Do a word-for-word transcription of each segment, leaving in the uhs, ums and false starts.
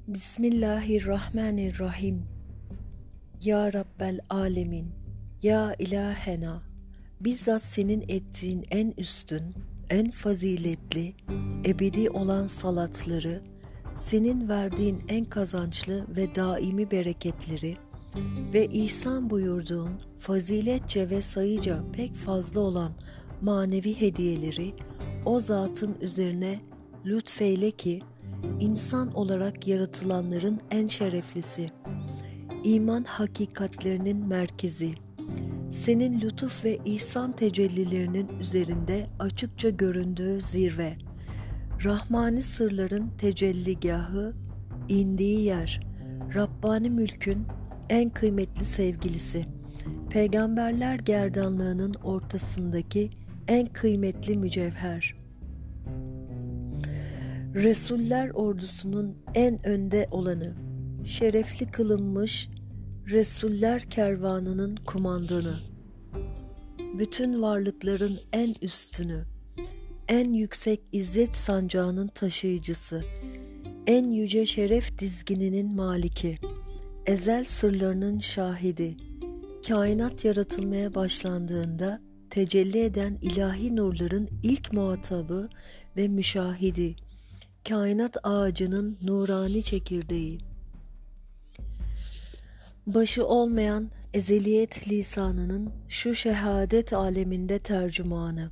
Bismillahirrahmanirrahim. Ya Rabbel Alemin, Ya İlahena, bizzat senin ettiğin en üstün, en faziletli, ebedi olan salatları, senin verdiğin en kazançlı ve daimi bereketleri ve ihsan buyurduğun faziletçe ve sayıca pek fazla olan manevi hediyeleri o zatın üzerine lütfeyle ki, İnsan olarak yaratılanların en şereflisi, iman hakikatlerinin merkezi, senin lütuf ve ihsan tecellilerinin üzerinde açıkça göründüğü zirve, Rahmani sırların tecelligahı, indiği yer, Rabbani mülkün en kıymetli sevgilisi, peygamberler gerdanlığının ortasındaki en kıymetli mücevher, Resuller ordusunun en önde olanı, şerefli kılınmış Resuller kervanının kumandanı, bütün varlıkların en üstünü, en yüksek izzet sancağının taşıyıcısı, en yüce şeref dizgininin maliki, ezel sırlarının şahidi, kainat yaratılmaya başlandığında tecelli eden ilahi nurların ilk muhatabı ve müşahidi, kainat ağacının nurani çekirdeği, başı olmayan ezeliyet lisanının şu şehadet aleminde tercümanı,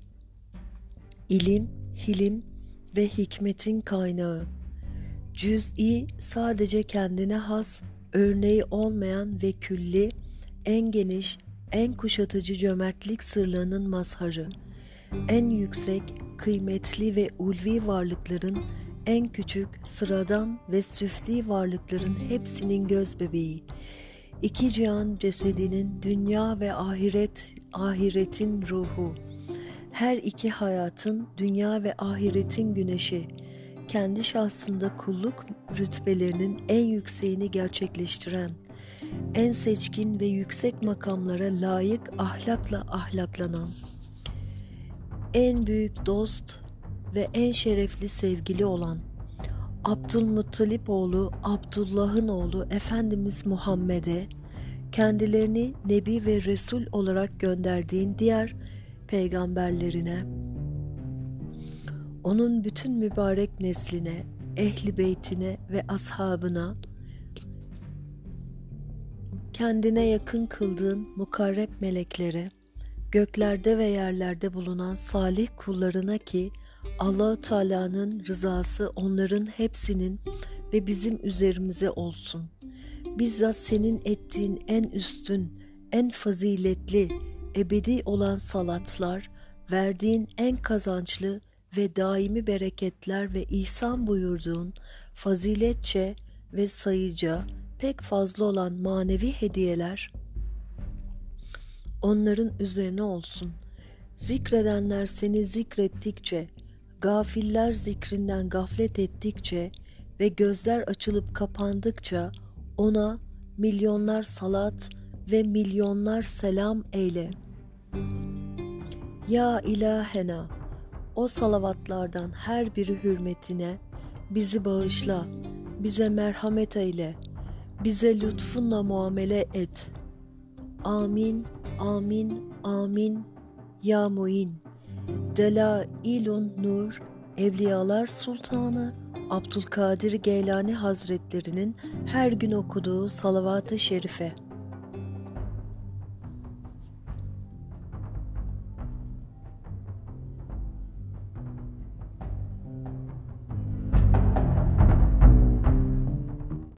ilim, hilim ve hikmetin kaynağı, cüz'i sadece kendine has, örneği olmayan ve külli, en geniş, en kuşatıcı cömertlik sırlarının mazharı, en yüksek, kıymetli ve ulvi varlıkların en küçük, sıradan ve süfli varlıkların hepsinin gözbebeği, iki cihan cesedinin dünya ve ahiret, ahiretin ruhu, her iki hayatın dünya ve ahiretin güneşi, kendi şahsında kulluk rütbelerinin en yükseğini gerçekleştiren, en seçkin ve yüksek makamlara layık ahlakla ahlaklanan, en büyük dost ve en şerefli sevgili olan Abdülmuttalip oğlu Abdullah'ın oğlu Efendimiz Muhammed'e kendilerini Nebi ve Resul olarak gönderdiğin diğer peygamberlerine, onun bütün mübarek nesline, ehli beytine ve ashabına, kendine yakın kıldığın mukarreb meleklere, göklerde ve yerlerde bulunan salih kullarına ki Allah-u Teala'nın rızası onların hepsinin ve bizim üzerimize olsun. Bizzat senin ettiğin en üstün, en faziletli, ebedi olan salatlar, verdiğin en kazançlı ve daimi bereketler ve ihsan buyurduğun faziletçe ve sayıca pek fazla olan manevi hediyeler, onların üzerine olsun. Zikredenler seni zikrettikçe, gafiller zikrinden gaflet ettikçe ve gözler açılıp kapandıkça ona milyonlar salat ve milyonlar selam eyle. Ya İlahena, o salavatlardan her biri hürmetine bizi bağışla, bize merhamet eyle, bize lütfunla muamele et. Amin, amin, amin, ya muin. Delailun Nur, Evliyalar Sultanı Abdülkadir Geylani Hazretlerinin her gün okuduğu salavat-ı şerife.